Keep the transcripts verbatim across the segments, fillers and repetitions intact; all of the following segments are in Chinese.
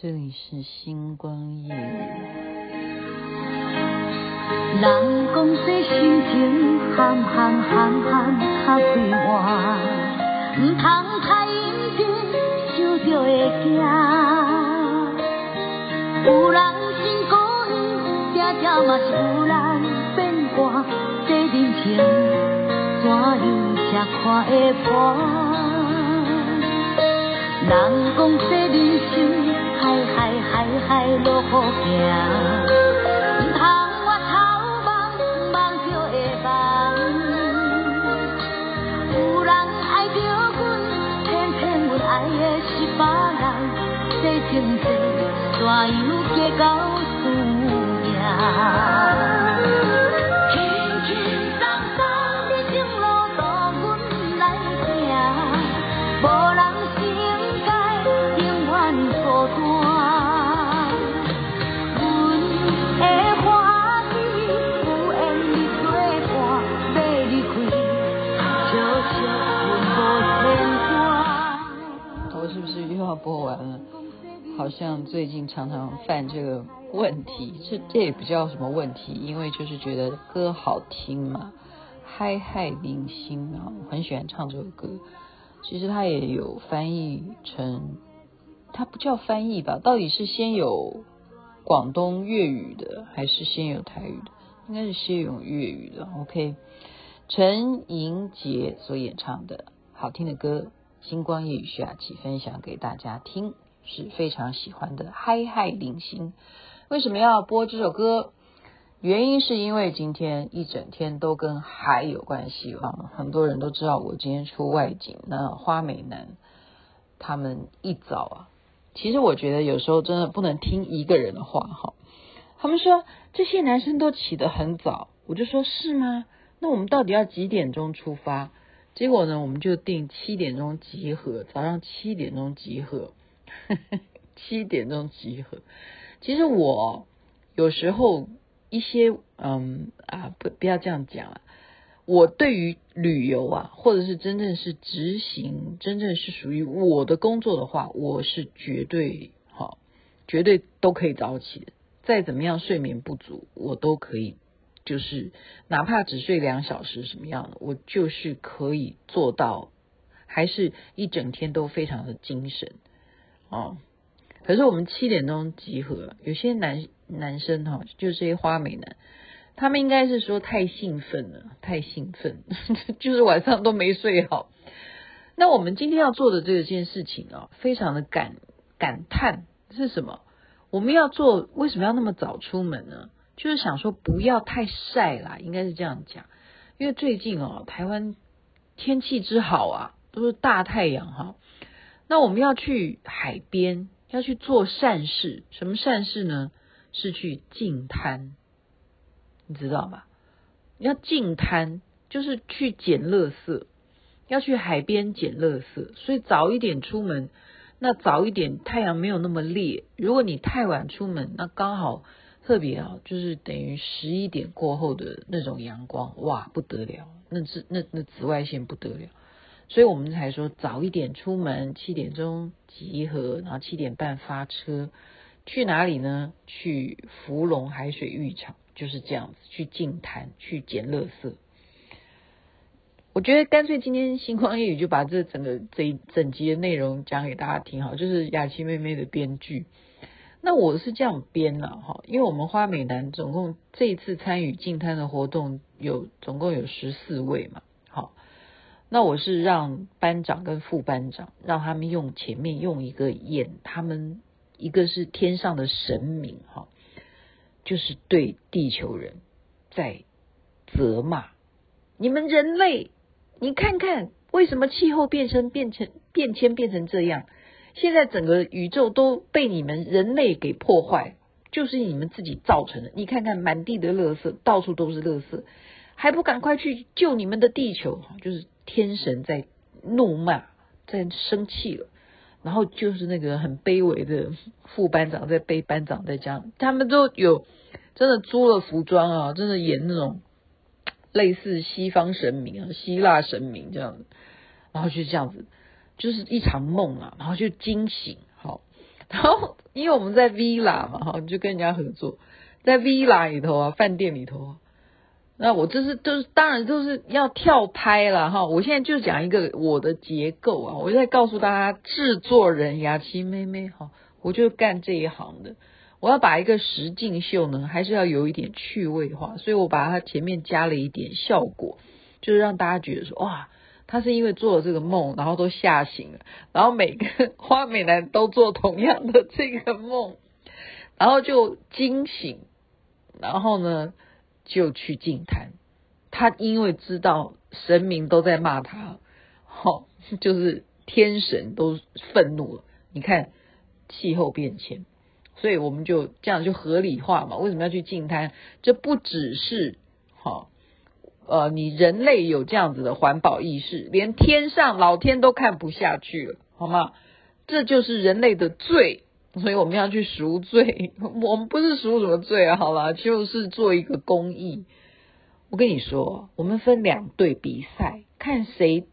这里是星光夜雨。 人讲这心情含含含含较悲欢，唔通太认真想着会惊。有人真故意，定定嘛是有人变卦，这人情怎样才看会破？人讲这人生海海海海落雨行，唔通我头望望就会望。有人爱着阮，偏偏阮爱的是别人，这情债怎样结到输赢？ 播完了，好像最近常常犯这个问题，这这也不叫什么问题，因为就是觉得歌好听嘛，嗨嗨零星啊，我很喜欢唱这首歌。其实它也有翻译成，它不叫翻译吧，到底是先有广东粤语的，还是先有台语的？应该是先有粤语的。OK， 陈莹洁所演唱的好听的歌。星光夜雨徐雅琪分享给大家听，是非常喜欢的嗨嗨零星。为什么要播这首歌？原因是因为今天一整天都跟海有关系啊，很多人都知道我今天出外景，那花美男他们一早啊，其实我觉得有时候真的不能听一个人的话哈。他们说这些男生都起得很早，我就说是吗？那我们到底要几点钟出发？结果呢，我们就定七点钟集合，早上七点钟集合，七点钟集合。其实我有时候一些嗯啊不不要这样讲啊，我对于旅游啊，或者是真正是执行，真正是属于我的工作的话，我是绝对好，绝对都可以早起的。再怎么样睡眠不足，我都可以。就是哪怕只睡两小时什么样的，我就是可以做到，还是一整天都非常的精神哦。可是我们七点钟集合，有些男男生哈、哦，就是这些花美男，他们应该是说太兴奋了，太兴奋，就是晚上都没睡好。那我们今天要做的这件事情啊、哦，非常的感感叹是什么？我们要做，为什么要那么早出门呢？就是想说不要太晒啦，应该是这样讲。因为最近哦，台湾天气之好啊，都是大太阳哈。那我们要去海边，要去做善事。什么善事呢？是去净滩，你知道吧？要净滩，就是去捡垃圾，要去海边捡垃圾。所以早一点出门，那早一点太阳没有那么烈。如果你太晚出门，那刚好。特别啊，就是等于十一点过后的那种阳光，哇，不得了，那是那那紫外线不得了，所以我们才说早一点出门，七点钟集合，然后七点半发车，去哪里呢？去福隆海水浴场，就是这样子，去净滩，去捡垃圾。我觉得干脆今天星光夜语就把这整个这一整集的内容讲给大家听好，就是雅琪妹妹的编剧。那我是这样编了哈，因为我们花美男总共这一次参与净滩的活动有总共有十四位嘛，好，那我是让班长跟副班长让他们用前面用一个演他们一个是天上的神明哈，就是对地球人在责骂你们人类，你看看为什么气候变成变成变迁变成这样。现在整个宇宙都被你们人类给破坏，就是你们自己造成的。你看看满地的垃圾，到处都是垃圾，还不赶快去救你们的地球？就是天神在怒骂，在生气了。然后就是那个很卑微的副班长在背班长在讲，他们都有真的租了服装啊，真的演那种类似西方神明啊、希腊神明这样子，然后就这样子。就是一场梦啊，然后就惊醒，好，然后因为我们在 villa 嘛，哈，就跟人家合作，在 villa 里头啊，饭店里头啊。那我这是都是当然都是要跳拍了哈，我现在就讲一个我的结构啊，我就在告诉大家，制作人雅琪妹妹哈，我就干这一行的，我要把一个实境秀呢，还是要有一点趣味化，所以我把它前面加了一点效果，就是让大家觉得说哇，他是因为做了这个梦，然后都吓醒了，然后每个花美男都做同样的这个梦，然后就惊醒，然后呢就去净坛，他因为知道神明都在骂他，哦，就是天神都愤怒了。你看气候变迁，所以我们就这样就合理化嘛。为什么要去净滩？这不只是好、哦，呃，你人类有这样子的环保意识，连天上老天都看不下去了，好吗？这就是人类的罪。所以我们要去赎罪，我们不是赎什么罪啊，好啦，就是做一个公益。我跟你说，我们分两队比赛，看谁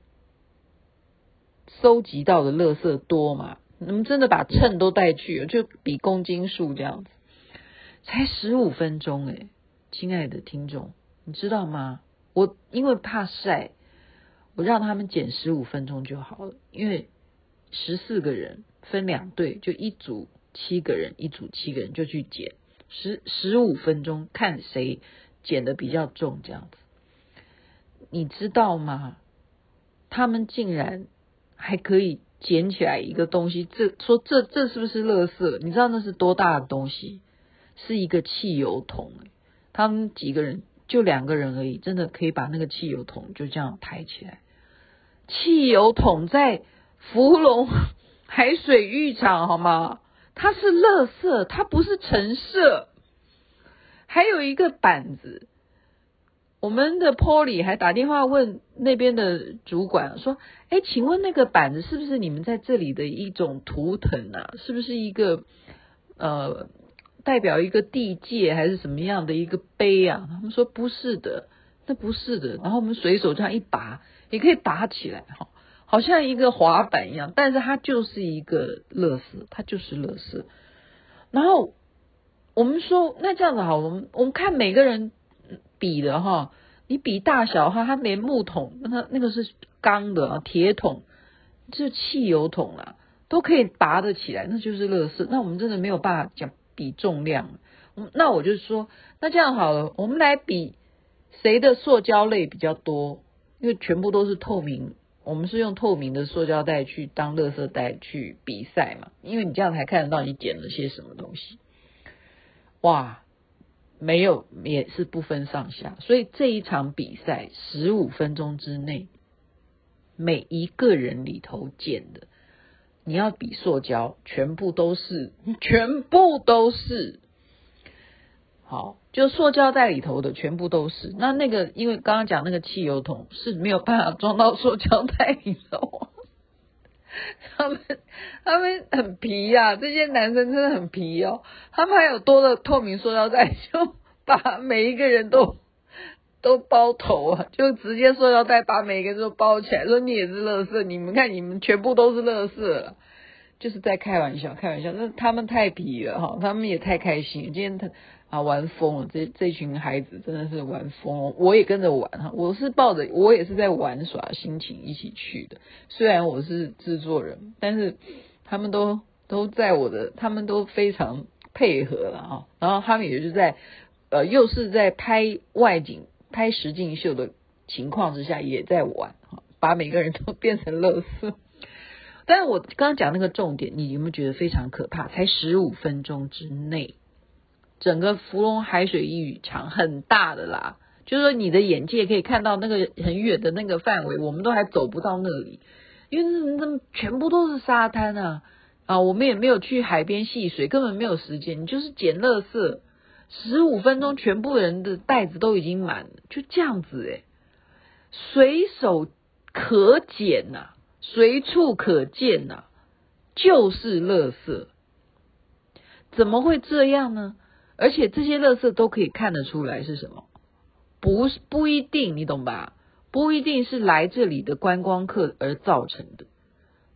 收集到的垃圾多嘛。你们真的把秤都带去了，就比公斤数这样子，才十五分钟诶，亲爱的听众，你知道吗？我因为怕晒，我让他们减十五分钟就好了，因为十四个人分两队，就一组七个人，一组七个人就去捡十十五分钟，看谁捡的比较重，这样子。你知道吗？他们竟然还可以捡起来一个东西，这说这这是不是垃圾？你知道那是多大的东西？是一个汽油桶，他们几个人就两个人而已，真的可以把那个汽油桶就这样抬起来。汽油桶在福隆海水浴场好吗？它是垃圾，它不是陈设。还有一个板子，我们的 Polly 还打电话问那边的主管说，哎，请问那个板子是不是你们在这里的一种图腾啊？是不是一个呃代表一个地界还是什么样的一个碑啊？他们说不是的，那不是的。然后我们随手这样一拔，也可以拔起来哈，好像一个滑板一样，但是它就是一个垃圾，它就是垃圾。然后我们说，那这样子好，我们我们看每个人比的哈，你比大小哈，它连木桶，那那个是钢的铁桶，这汽油桶啦，都可以拔得起来，那就是垃圾。那我们真的没有办法讲比重量。那我就说，那这样好了，我们来比谁的塑胶类比较多，因为全部都是透明，我们是用透明的塑胶袋去当垃圾袋去比赛嘛，因为你这样才看得到你捡了些什么东西。哇，没有也是不分上下，所以这一场比赛十五分钟之内，每一个人里头捡的，你要比塑胶，全部都是，全部都是。好，就塑胶袋里头的全部都是。那那个，因为刚刚讲那个汽油桶是没有办法装到塑胶袋里头，他们他们很皮呀、啊，这些男生真的很皮哦。他们还有多的透明塑胶袋，就把每一个人都都包头啊，就直接塑胶袋把每一个人都包起来，说你也是垃圾，你们看你们全部都是垃圾了。就是在开玩笑，开玩笑。那他们太皮了哈，他们也太开心了。今天他啊玩疯了，这这群孩子真的是玩疯了，我也跟着玩哈。我是抱着我也是在玩耍心情一起去的。虽然我是制作人，但是他们都都在我的，他们都非常配合了哈。然后他们也就在呃又是在拍外景、拍实境秀的情况之下，也在玩哈，把每个人都变成垃圾。但是我刚刚讲那个重点，你有没有觉得非常可怕？才十五分钟之内，整个福隆海水浴场很大的啦，就是说你的眼界可以看到那个很远的那个范围，我们都还走不到那里，因为那全部都是沙滩啊啊！我们也没有去海边戏水，根本没有时间，你就是捡垃圾，十五分钟全部人的袋子都已经满了，就这样子诶，随手可捡呐、啊。随处可见呐、啊，就是垃圾，怎么会这样呢？而且这些垃圾都可以看得出来是什么，不是不一定，你懂吧？不一定是来这里的观光客而造成的，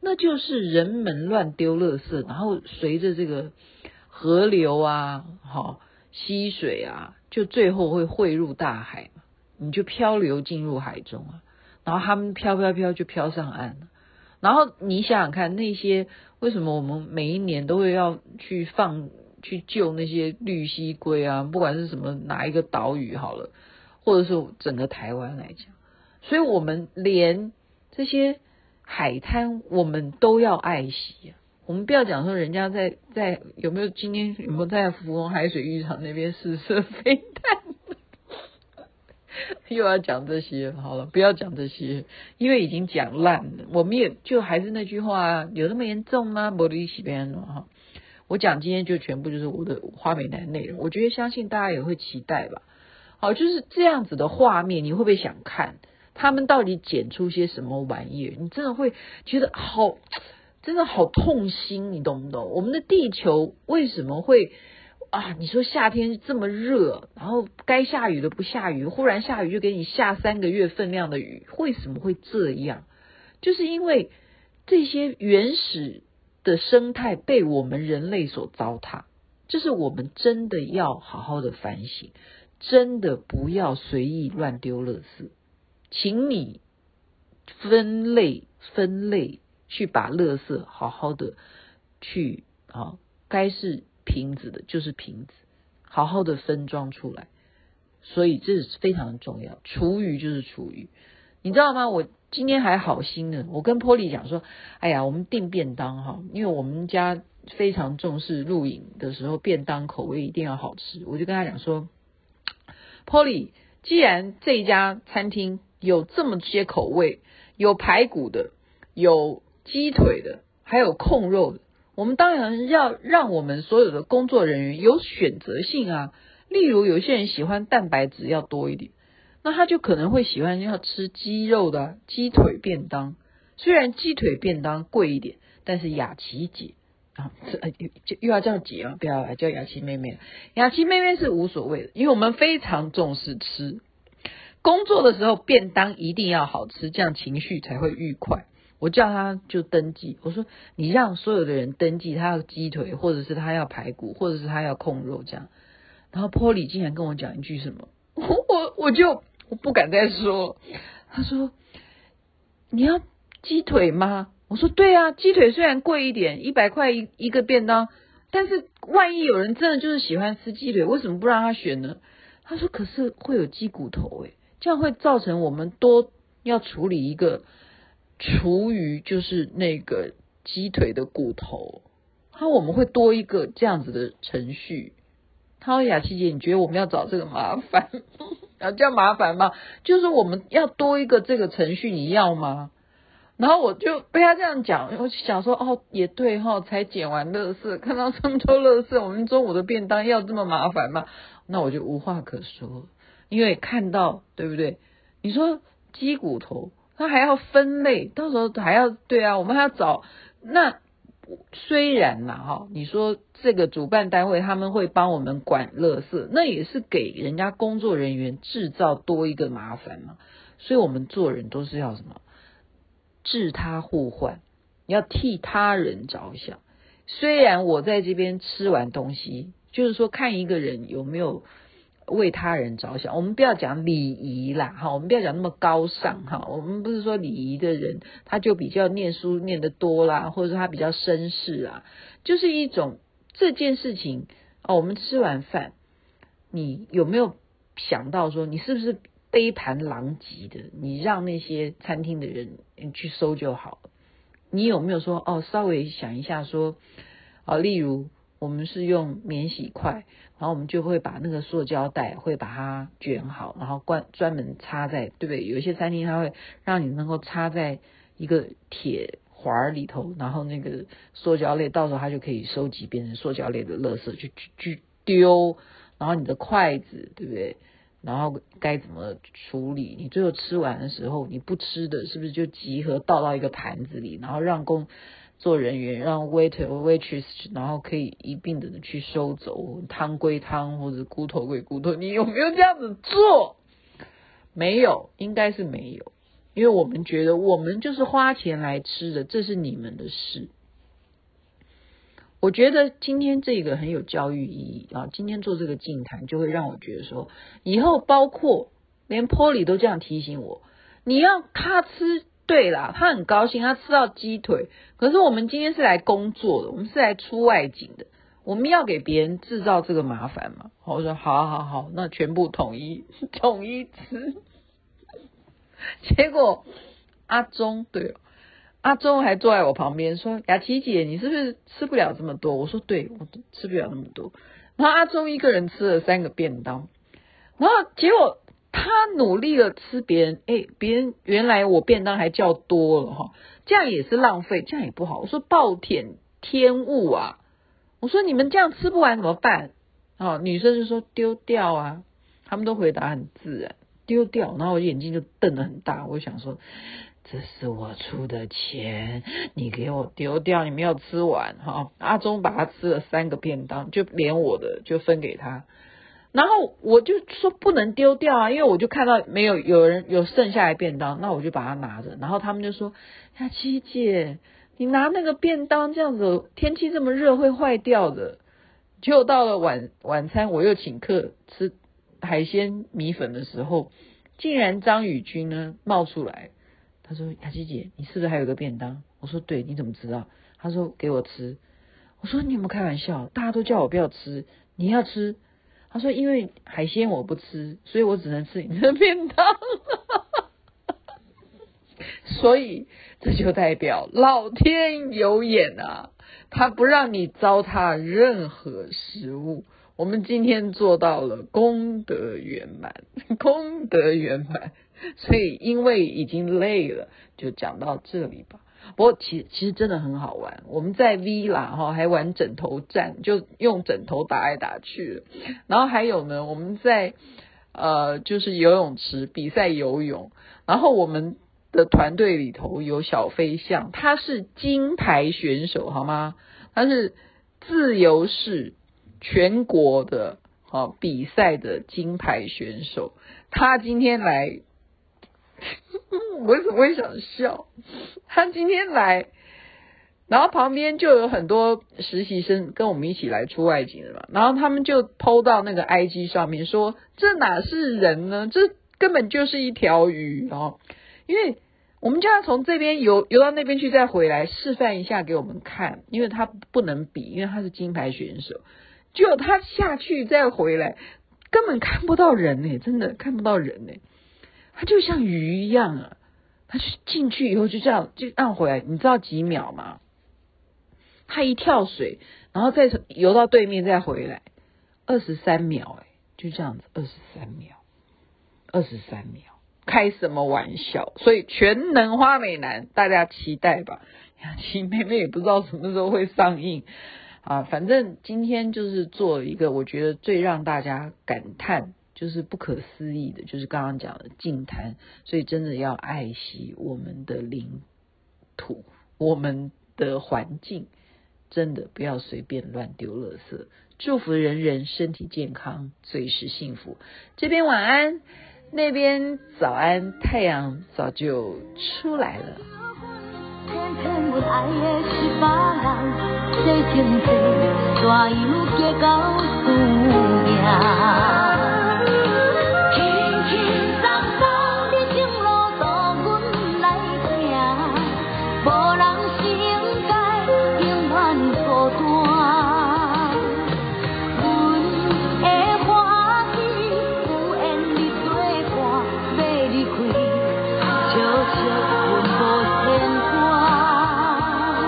那就是人们乱丢垃圾，然后随着这个河流啊、好溪水啊，就最后会汇入大海嘛，你就漂流进入海中啊，然后他们飘飘飘就飘上岸了。然后你想想看，那些为什么我们每一年都会要去放去救那些绿蜥龟啊，不管是什么哪一个岛屿好了，或者是整个台湾来讲，所以我们连这些海滩我们都要爱惜啊。我们不要讲说人家在在有没有今天有没有在福隆海水浴场那边试射飞弹，又要讲这些，好了，不要讲这些，因为已经讲烂了。我们也就还是那句话，有那么严重吗？没得一起变了哈。我讲今天就全部就是我的花美男内容，我觉得相信大家也会期待吧。好，就是这样子的画面，你会不会想看他们到底剪出些什么玩意儿？你真的会觉得好，真的好痛心，你懂不懂？我们的地球为什么会啊？你说夏天这么热，然后该下雨的不下雨，忽然下雨就给你下三个月分量的雨，为什么会这样？就是因为这些原始的生态被我们人类所糟蹋，这是我们真的要好好的反省，真的不要随意乱丢垃圾，请你分类分类去把垃圾好好的去啊，该是瓶子的就是瓶子，好好的分装出来。所以这是非常重要，厨余就是厨余，你知道吗？我今天还好心呢，我跟 Polly 讲说，哎呀，我们订便当哈，因为我们家非常重视露营的时候便当口味一定要好吃，我就跟他讲说 Polly， 既然这一家餐厅有这么些口味，有排骨的，有鸡腿的，还有控肉的，我们当然要让我们所有的工作人员有选择性啊。例如有些人喜欢蛋白质要多一点，那他就可能会喜欢要吃鸡肉的、啊、鸡腿便当。虽然鸡腿便当贵一点，但是雅琪姐啊，又要叫姐啊，不要来叫雅琪妹妹。雅琪妹妹是无所谓的，因为我们非常重视吃。工作的时候便当一定要好吃，这样情绪才会愉快。我叫他就登记，我说你让所有的人登记，他要鸡腿，或者是他要排骨，或者是他要控肉这样。然后 Polly 竟然跟我讲一句什么，我我就我不敢再说。他说你要鸡腿吗？我说对啊，鸡腿虽然贵一点，一百块一一个便当，但是万一有人真的就是喜欢吃鸡腿，为什么不让他选呢？他说可是会有鸡骨头诶，这样会造成我们多要处理一个厨余，就是那个鸡腿的骨头，他说我们会多一个这样子的程序。他说雅琪姐，你觉得我们要找这个麻烦要叫麻烦吗？就是我们要多一个这个程序，你要吗？然后我就被他这样讲，我就想说哦也对齁，才捡完垃圾，看到这么多垃圾，我们中午的便当要这么麻烦吗？那我就无话可说，因为看到对不对？你说鸡骨头它还要分类，到时候还要对啊，我们还要找。那虽然啦哈，你说这个主办单位他们会帮我们管垃圾，那也是给人家工作人员制造多一个麻烦嘛。所以我们做人都是要什么？治他互换，要替他人着想。虽然我在这边吃完东西，就是说看一个人有没有为他人着想，我们不要讲礼仪啦哈，我们不要讲那么高尚哈，我们不是说礼仪的人他就比较念书念得多啦，或者说他比较绅士啊，就是一种这件事情哦。我们吃完饭，你有没有想到说你是不是杯盘狼藉的，你让那些餐厅的人去收就好了？你有没有说哦，稍微想一下说啊，例如我们是用免洗筷，然后我们就会把那个塑胶袋会把它卷好，然后关专门插在，对不对？有一些餐厅它会让你能够插在一个铁环里头，然后那个塑胶类到时候它就可以收集变成塑胶类的垃圾去去丢，然后你的筷子对不对？然后该怎么处理？你最后吃完的时候，你不吃的是不是就集合倒到一个盘子里，然后让工作人员让 waiter waitress 然后可以一并的去收走，汤归汤或者骨头归骨头，你有没有这样子做？没有，应该是没有。 因为我们觉得我们就是花钱来吃的，这是你们的事。我觉得今天这个很有教育意义啊！今天做这个净坛，就会让我觉得说，以后包括连 Polly 都这样提醒我，你要他吃，对啦，他很高兴，他吃到鸡腿，可是我们今天是来工作的，我们是来出外景的，我们要给别人制造这个麻烦嘛？我说好好好，那全部统一统一吃。结果阿忠对哦。阿忠还坐在我旁边说：“雅琪姐，你是不是吃不了这么多？”我说：“对，我吃不了那么多。”然后阿忠一个人吃了三个便当，然后结果他努力的吃别人，哎，别人原来我便当还叫多了哈，这样也是浪费，这样也不好。我说暴殄天物啊！我说你们这样吃不完怎么办？哦，女生就说丢掉啊，他们都回答很自然，丢掉。然后我眼睛就瞪得很大，我想说。这是我出的钱，你给我丢掉，你没有吃完哈。阿忠把他吃了三个便当，就连我的就分给他，然后我就说不能丢掉啊，因为我就看到没有有人有剩下来便当，那我就把它拿着，然后他们就说：“雅琪姐，你拿那个便当这样子，天气这么热会坏掉的。”结果到了晚晚餐，我又请客吃海鲜米粉的时候，竟然张宇君呢冒出来。他说：“雅琪姐，你是不是还有个便当？”我说：“对，你怎么知道？”他说：“给我吃。”我说：“你有没有开玩笑？大家都叫我不要吃，你要吃？”他说：“因为海鲜我不吃，所以我只能吃你的便当。”所以这就代表老天有眼啊，他不让你糟蹋任何食物。我们今天做到了功德圆满，功德圆满。所以因为已经累了，就讲到这里吧。不过其实其实真的很好玩，我们在 V 啦哈，还玩枕头战，就用枕头打来打去。然后还有呢，我们在呃就是游泳池比赛游泳，然后我们的团队里头有小飞象，他是金牌选手好吗？他是自由式全国的啊比赛的金牌选手，他今天来。我为什么会想笑？他今天来，然后旁边就有很多实习生跟我们一起来出外景的嘛，然后他们就 po 到那个 I G 上面说，这哪是人呢？这根本就是一条鱼哦！因为我们就要从这边游游到那边去，再回来示范一下给我们看，因为他不能比，因为他是金牌选手，结果他下去再回来，根本看不到人呢、欸，真的看不到人呢、欸。他就像鱼一样啊，他就进去以后就这样就按回来，你知道几秒吗？他一跳水，然后再游到对面再回来，二十三秒，哎，就这样子，二十三秒，二十三秒，开什么玩笑？所以全能花美男，大家期待吧。雅琪妹妹也不知道什么时候会上映啊，反正今天就是做一个我觉得最让大家感叹。就是不可思议的，就是刚刚讲的净滩，所以真的要爱惜我们的领土，我们的环境，真的不要随便乱丢垃圾。祝福人人身体健康，随时幸福。这边晚安，那边早安，太阳早就出来了。偏偏我爱的是别人，这情债大有结到输赢。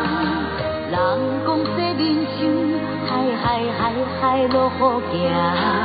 海海海海落雨行。